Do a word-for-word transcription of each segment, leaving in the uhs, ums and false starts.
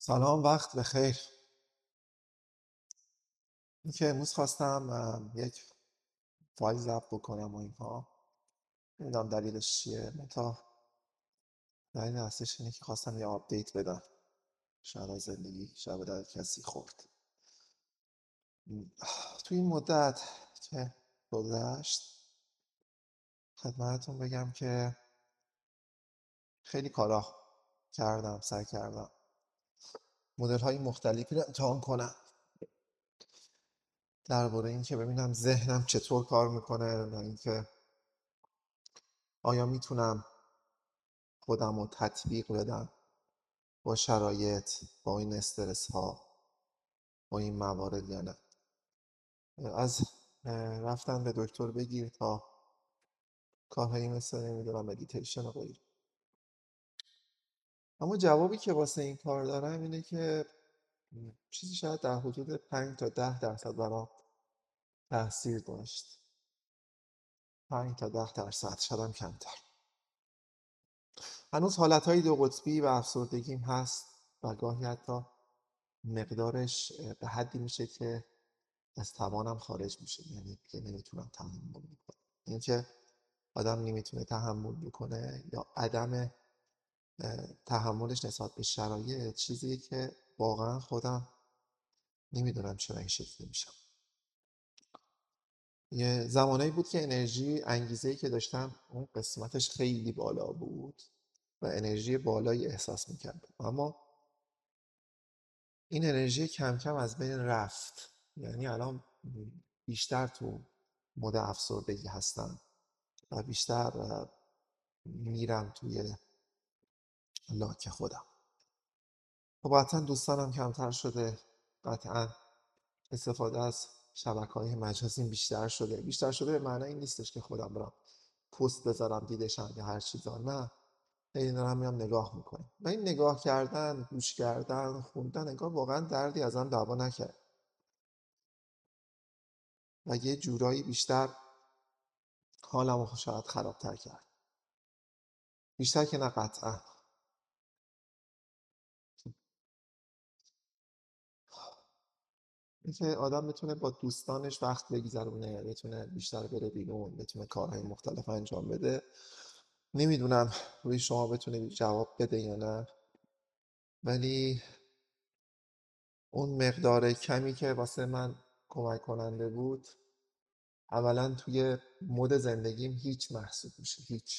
سلام، وقت بخیر. این که امروز خواستم ام، یک فایل ضبط بکنم و اینها. نمیدونم دلیلش چیه، منتها دلیل اصلیش اینه که خواستم یه آپدیت بدم. شاید از زندگی، شاید به درد کسی خورد. م، تو این مدت که گذشت خدمتتون بگم که خیلی کارا کردم، سعی کردم مدل های مختلفی رو امتحان کنم درباره این که ببینم ذهنم چطور کار میکنه و اینکه آیا میتونم خودم رو تطبیق بدم با شرایط، با این استرس ها، با این موارد یا نه. از اه، رفتن به دکتر بگیر تا کارهایی مثل نمیدونم مدیتیشن رو بگیر. اما جوابی که واسه این کار دارم اینه که م، چیزی شاید در حدود پنج تا ده درصد برام تاثیر داشت. پنج تا ده درصد، شاید هم کمتر. هنوز حالتهای دو قطبی و افسردگیم هست و گاهی حتی مقدارش اه، به حدی میشه که از توانم خارج میشه، یعنی دیگه نمیتونم تحمل بکنم. این که آدم نمیتونه تحمل بکنه یا عدم اه، تحملش نسبت به شرایط چیزیه که واقعا خودم نمیدونم چرا این شکلی میشم. یه زمانایی بود که انرژی انگیزه‌ای که داشتم اون قسمتش خیلی بالا بود و انرژی بالایی احساس میکردم، اما این انرژی کم کم از بین رفت. یعنی الان بیشتر تو مود افسردگی هستم و بیشتر اه، میرم توی لاک خودم. خب قطعا دوستانم کمتر شده، قطعا استفاده از شبکه های مجازی بیشتر شده. بیشتر شده به معنی این نیستش که خودم برم پست بذارم دیدشم یا هر چیزا، نه. هی دارم میام نگاه میکنم و این نگاه کردن، گوش کردن، خوندن انگار واقعا دردی ازم دعوا نکرد و یه جورایی بیشتر حالم رو شاید خرابتر کرد. بیشتر که نه، قطعا. اینکه آدم بتونه با دوستانش وقت بگذرونه، بتونه بیشتر بره بیرون، بتونه کارهای مختلف انجام بده. نمیدونم روی شما بتونه جواب بده یا نه، ولی اون مقدار کمی که واسه من کمک کننده بود اولا توی مود زندگیم هیچ محسوب میشه، هیچ.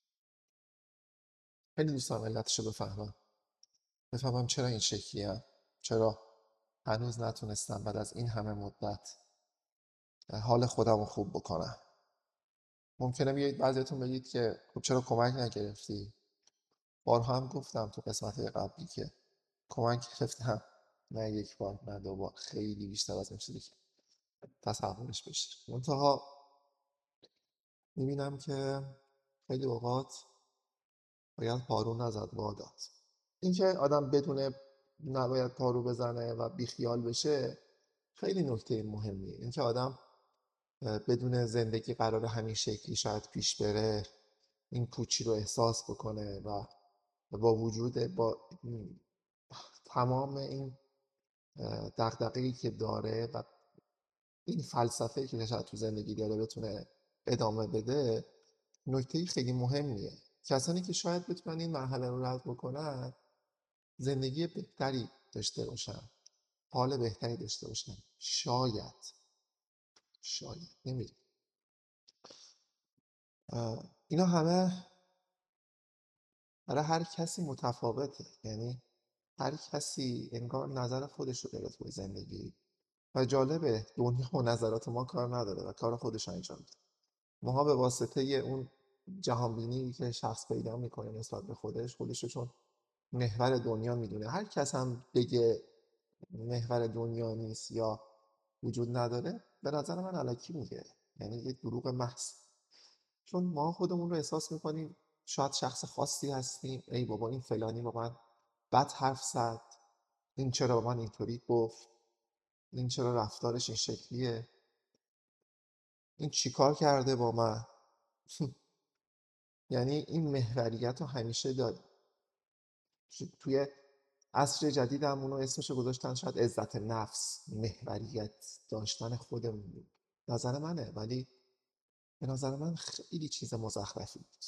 خیلی دوست دارم علتشو بفهمم، بفهمم چرا این شکلیم، چرا هنوز نتونستم بعد از این همه مدت حال خودم رو خوب بکنم. ممکنه بیایید بعضیتون بگید که خب چرا کمک نگرفتی. بارها هم گفتم تو قسمت قبلی که کمک گرفتم، نه یک بار نه دو بار، خیلی بیشتر از این چیزی که تصورش بشه. منتها میبینم که خیلی اوقات باید پارو نزد وا داد. اینکه آدم بدونه نباید پارو بزنه و بیخیال بشه خیلی نکته مهمیه. اینکه آدم اه، بدون زندگی قرار همین شکلی شاید پیش بره، این پوچی رو احساس بکنه و با وجود با تمام این اه، دغدغه‌ای که داره و این فلسفه‌ای که شاید تو زندگی داره بتونه ادامه بده. نکته خیلی مهمیه. کسانی که شاید بتونن این مرحله رو رد بکنن زندگی بهتری داشته باشن، حال بهتری داشته باشن. شاید شاید نمیدونم. اینا همه برای هر کسی متفاوته، یعنی هر کسی انگار نظر خودش رو داره توی زندگی و جالبه دنیا و نظرات ما کار نداره و کار خودش انجام میده. ماها به واسطه اون جهانبینی که شخص پیدا میکنه نسبت به خودش، خودش رو چون محور دنیا میدونه. هر کس هم بگه محور دنیا نیست یا وجود نداره، به نظر من الکی میگه، یعنی یه دروغ محض. چون ما خودمون رو احساس میکنیم شاید شخص خاصی هستیم. ای بابا این فلانی با من بد حرف زد، این چرا با من اینطوری گفت، این چرا رفتارش این شکلیه، این چیکار کرده با من. یعنی این محوریت رو همیشه داریم توی عصر جدیدم اونو اسمشو گذاشتن شاید عزت نفس، محوریت داشتن خودمون. نظر منه، ولی به نظر من خیلی چیز مزخرفی بود.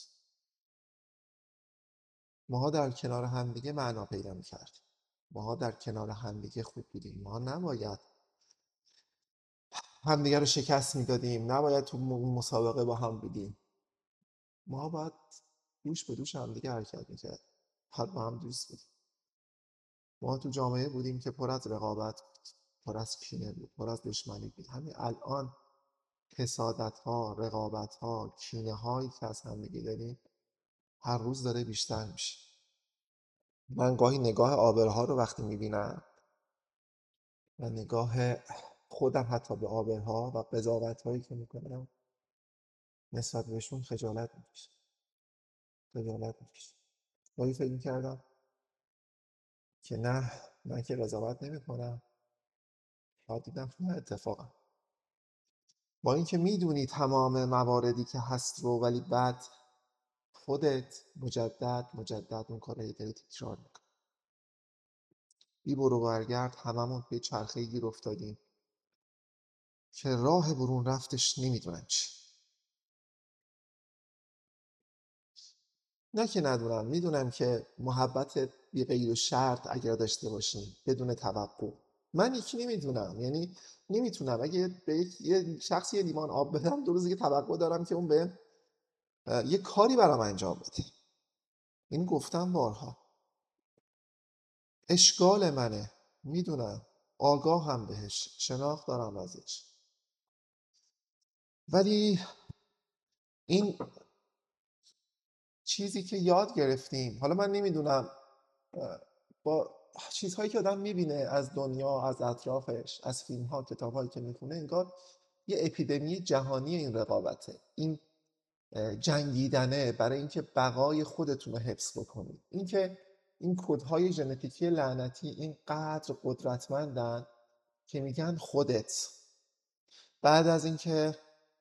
ماها در کنار همدیگه معنا پیدا می‌کردیم. ماها در کنار همدیگه خوب بودیم. ما نباید همدیگه رو شکست میدادیم، نباید تو م- مسابقه با هم بودیم. ما باید دوش به دوش همدیگه حرکت میکرد، حد با هم دوست بودیم. ما تو جامعه بودیم که پر از رقابت بود، پر از کینه بود، پر از دشمنی بود. همین الان حسادت ها، رقابت ها، کینه هایی که از همدیگه داریم هر روز داره بیشتر میشه. من گاهی نگاه آبرها رو وقتی میبینم و نگاه خودم حتی به آبرها و قضاوت هایی که میکنم نسبت بهشون خجالت میکشم. خجالت میکشم. گاهی فکر میکردم که نه، من که قضاوت نمیکنم. بعد دیدم نه، اتفاقا با اینکه میدونی تمام مواردی که هست رو، ولی بعد خودت مجدد مجدد اون کار رو داری تکرار میکنی. بی برو برگرد هممون به چرخه گیر افتادیم که راه برون رفتش نمیدونم چی. نه که ندونم، میدونم که محبت بی قید و شرط اگر داشته باشیم بدون توقع. من یکی نمیدونم، یعنی نمیتونم اگه به یک یه شخصی یه لیوان آب بدم دو روز دیگه توقع دارم که اون به یه کاری برام انجام بده. این گفتم بارها. اشکال منه، میدونم، آگاه هم بهش، شناخت دارم ازش، ولی این چیزی که یاد گرفتیم، حالا من نمیدونم، با چیزهایی که آدم میبینه از دنیا، از اطرافش، از فیلم ها، کتاب هایی که میخونه، انگار یه اپیدمی جهانی این رقابته، این جنگیدنه برای اینکه بقای خودتون رو حفظ بکنید. اینکه این کدهای ژنتیکی لعنتی اینقدر قدرتمندن که میگن خودت، بعد از اینکه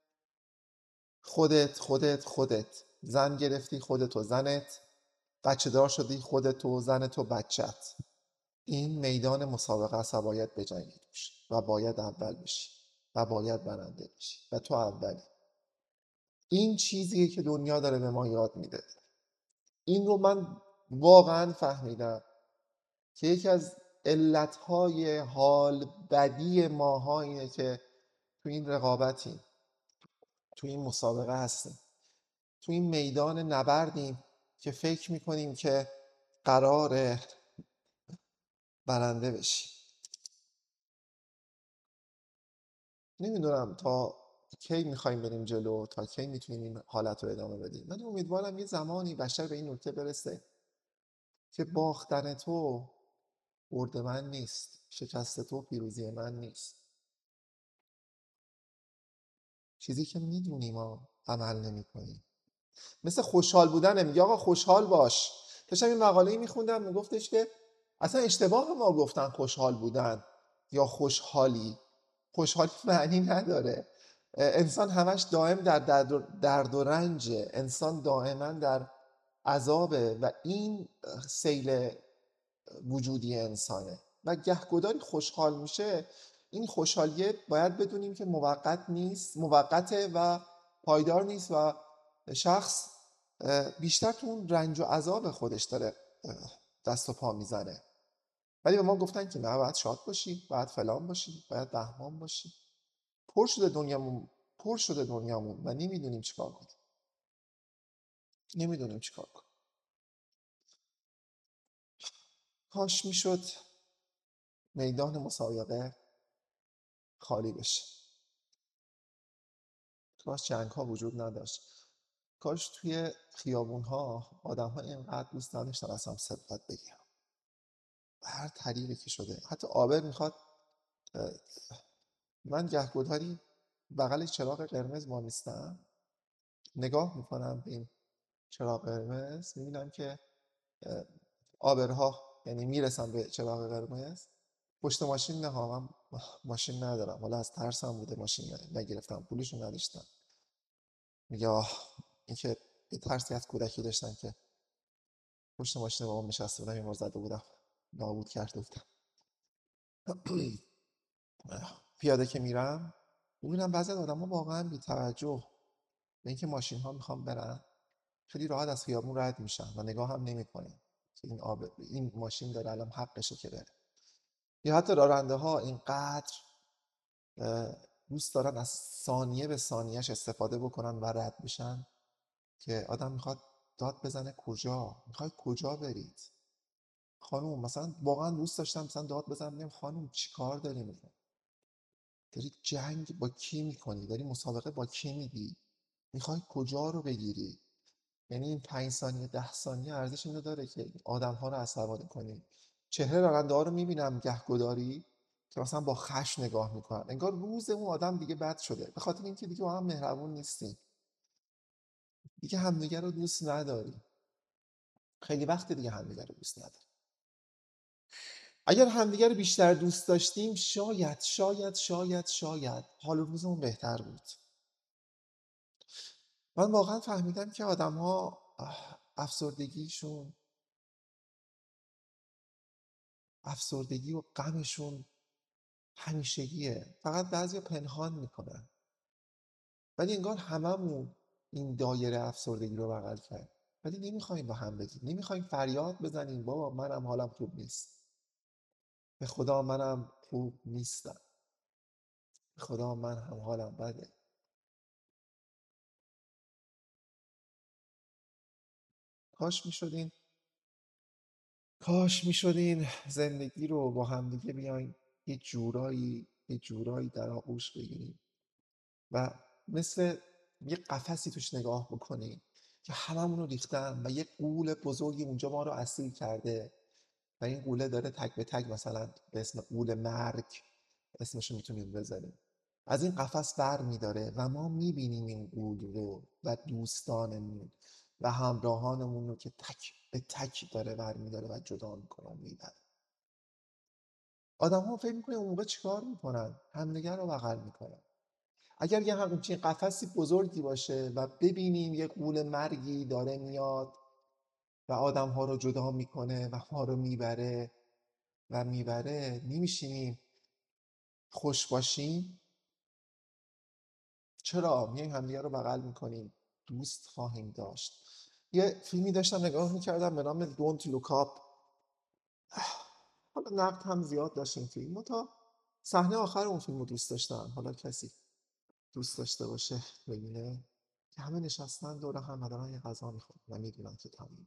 خودت خودت خودت زن گرفتی، خودت و زنت بچه دار شدی، خودت و زنت و بچت، این میدان مسابقه است و باید بجنگی توش و باید اول بشی و باید برنده بشی و تو اولی. این چیزیه که دنیا داره به ما یاد میده. این رو من واقعا فهمیدم که یکی از علتهای حال بدی ماها اینه که تو این رقابتیم، تو این مسابقه هستیم، تو این میدان نبردیم که فکر میکنیم که قراره برنده بشیم. نمیدونم تا کی میخوایم بریم جلو، تا کی میتونیم این حالت رو ادامه بدیم. من امیدوارم یه زمانی بشر به این نکته برسه که باختن تو برد من نیست، شکست تو پیروزی من نیست. چیزی که میدونیم ما عمل نمی کنیم. مثل خوشحال بودنه، میگه آقا خوشحال باش. داشتم این مقاله‌ای میخوندم میگفتش که اصلا اشتباه ما گفتن خوشحال بودن یا خوشحالی. خوشحالی معنی نداره. انسان همش دائم در درد و, درد و رنجه، انسان دائما در عذابه و این سیل وجودی انسانه و گهگداری خوشحال میشه. این خوشحالیه باید بدونیم که موقت نیست، موقته و پایدار نیست و شخص بیشتر تو اون رنج و عذاب خودش داره دست و پا میزنه. ولی به ما گفتن که نه، باید شاد باشی، باید فلان باشی، باید بهمان باشی. پر شده دنیامون، پر شده دنیامون و نمیدونیم چیکار کنیم. نمیدونیم چیکار کنیم. کاش میشد میدان مسابقه خالی بشه. کاش جنگ ها وجود نداشت. کاش توی خیابون ها آدم ها اینقدر دوست نداشتن از هم سبقت بگیرن. هر طریقی که شده. حتی آبر میخواد، من گهگداری بغل چراغ قرمز ما نیستم، نگاه میکنم به این چراغ قرمز، میبینم که آبرها، یعنی میرسم به چراغ قرمز، پشت ماشین نه ها، من ماشین ندارم، حالا از ترسم بوده ماشین نگرفتم، پولشون نداشتم. یا اینکه یه ترسی از کودکی داشتم که پشت ماشین بابام نشسته بودم، یه بار زده بودم نابود کرده بودم. پیاده که میرم میبینم بعضی از آدم ها واقعا بی توجه به اینکه ماشین ها میخوام برن خیلی راحت از خیابون رد میشن و نگاه هم نمیکنن که این آب این ماشین داره الان حقشه که بره. یا حتی راننده ها اینقدر اه، دوست دارن از ثانیه به ثانیهش استفاده بکنن و رد بشن که آدم میخواد داد بزنه کجا میخواد کجا برید خانوم. مثلا واقعا دوست داشتم مثلا داد بزنم بگم خانوم چی کار داری میکنی؟ داری جنگ با کی میکنی؟ داری مسابقه با کی میدی؟ میخوای کجا رو بگیری؟ یعنی این پنج ثانیه ده ثانیه ارزش اینو داره که آدم ها رو عصبانی کنی. چهره راننده ها رو میبینم گهگداری که مثلا با خشم نگاه میکنن، انگار روز اون آدم دیگه بد شده، به خاطر اینکه دیگه با هم مهربون نیستیم، دیگه همدیگه رو دوست نداری. خیلی وقت دیگه همدیگه رو دوست نداری. اگر همدیگه رو بیشتر دوست داشتیم شاید شاید شاید شاید حال روزمون بهتر بود. من واقعا فهمیدم که آدم ها افسردگیشون افسردگی و غمشون همیشگیه، فقط بعضیا پنهان میکنن. ولی انگار هممون این دایره افسردگی رو بغل کرد، ولی نمیخوایم با هم بگیم، نمیخوایم فریاد بزنیم بابا منم حالم خوب نیست، به خدا منم خوب نیستم، به خدا من هم حالم بده. کاش میشدین کاش میشدین زندگی رو با هم دیگه بیاین یه جورایی یه جورایی در آغوش بگیریم و مثل یه قفسی توش نگاه بکنیم که هممون رو ریختن و یه غول بزرگی اونجا ما رو اسیر کرده و این غوله داره تک به تک مثلا به اسم غول مرگ اسمشو میتونیم بذاریم، از این قفس بر میداره و ما میبینیم این غول رو و دوستانمون و همراهانمون رو که تک به تک داره بر میداره و جدا میکنه و میبره. آدم ها فکر میکنه اون موقع چیکار میکنن؟ همدیگه رو بغل میکنن. اگر یه همچین قفسی بزرگی باشه و ببینیم یه غول مرگی داره میاد و آدم ها رو جدا میکنه و ما رو میبره و میبره، نمیشینیم خوش باشیم؟ چرا؟ میایم همدیگه رو بغل میکنیم، دوست خواهیم داشت. یه فیلمی داشتم نگاه میکردم به نام دونت لوک آپ. حالا نقد هم زیاد داشت این فیلم، تا صحنه آخر اون فیلم رو دوست داشتم. حالا کسی دوست داشته باشه ببینه که همه نشستن دور هم و دارن یه غذا میخورن و میدونن که تموم.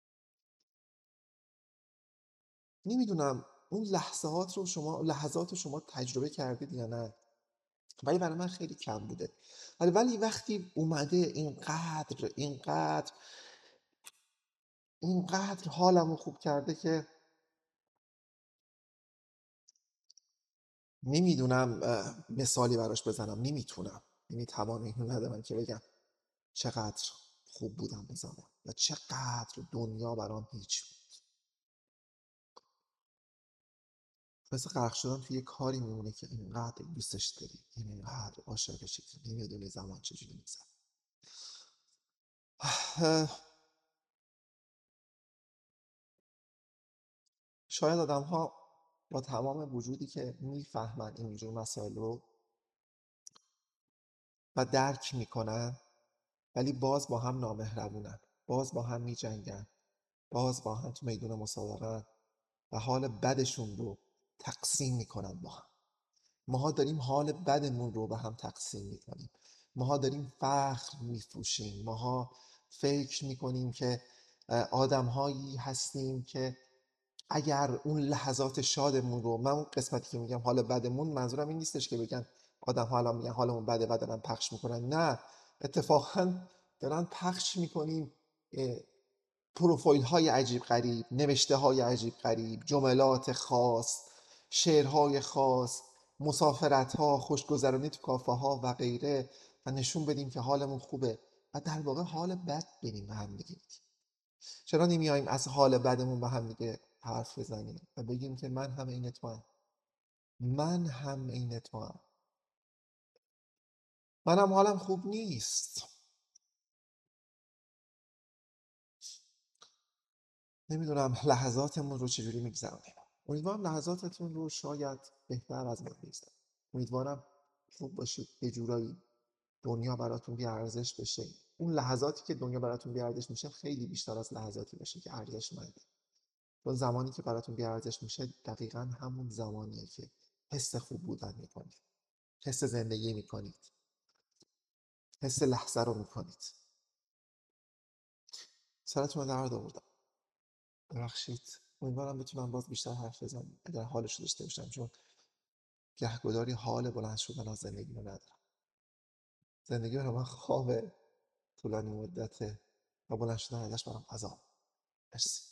نمیدونم اون لحظات رو شما لحظات رو شما تجربه کردید یا نه، ولی برای من خیلی کم بوده. ولی ولی وقتی اومده اینقدر اینقدر اینقدر حالمو خوب کرده که نمیدونم مثالی براش بزنم، نمیتونم، یعنی توان اینو ندارم که بگم چقدر خوب بودم به زمان و چقدر دنیا برام هیچ بود. مثل غرق شدن توی یه کاری میمونه که اینقدر دوستش داری، اینقدر عاشقشی که نمیدونی زمان چجوری میگذره. شاید آدم ها با تمام وجودی که میفهمن اینجور مسائل رو و درک میکنن، ولی باز با هم نامهربونن، باز با هم میجنگن، باز با هم تو میدون مسابقه و حال بدشون رو تقسیم میکنن با هم. ماها داریم حال بدمون رو به هم تقسیم میکنیم، ماها داریم فخر میفروشیم، ماها فکر میکنیم که آدم هایی هستیم که اگر اون لحظات شادمون رو، من اون قسمتی که میگم حال بدمون، منظورم این نیستش که بگن آدم ها الان میگن حالمون بده و دارن پخش میکنن، نه، اتفاقا دارن پخش میکنیم پروفایل های عجیب غریب، نوشته های عجیب غریب، جملات خاص، شعرهای خاص، مسافرت ها، خوشگذرانی تو کافه ها و غیره و نشون بدیم که حالمون خوبه و در واقع حال بد بینیم به هم دیگه. چرا نمیاییم از حال بدمون به هم دیگه حرف بزنیم و بگیم که من هم این تو هم من هم این تو هم منم حالم خوب نیست. نمیدونم لحظاتمون رو چجوری میگذرونیم. امیدوارم لحظاتتون رو شاید بهتر از من بگذرونید. امیدوارم خوب باشید، یه جورایی دنیا براتون بی ارزش بشه. اون لحظاتی که دنیا براتون بی ارزش میشه خیلی بیشتر از لحظاتی باشه که ارزشمنده. چون زمانی که براتون بی ارزش میشه دقیقاً همون زمانیه که حس خوب بودن میکنید، حس زندگی میکنید، حس لحظه رو میکنید. سرتون رو درد آوردم، ببخشید. امیدوارم بتونم باز بیشتر حرف بزنم اگر حالش رو داشته باشم، چون گهگداری حال بلند شدن از زندگی رو ندارم. زندگی برای من خوابه طولانی مدته و بلند شدن ازش برام عذاب. مرسی.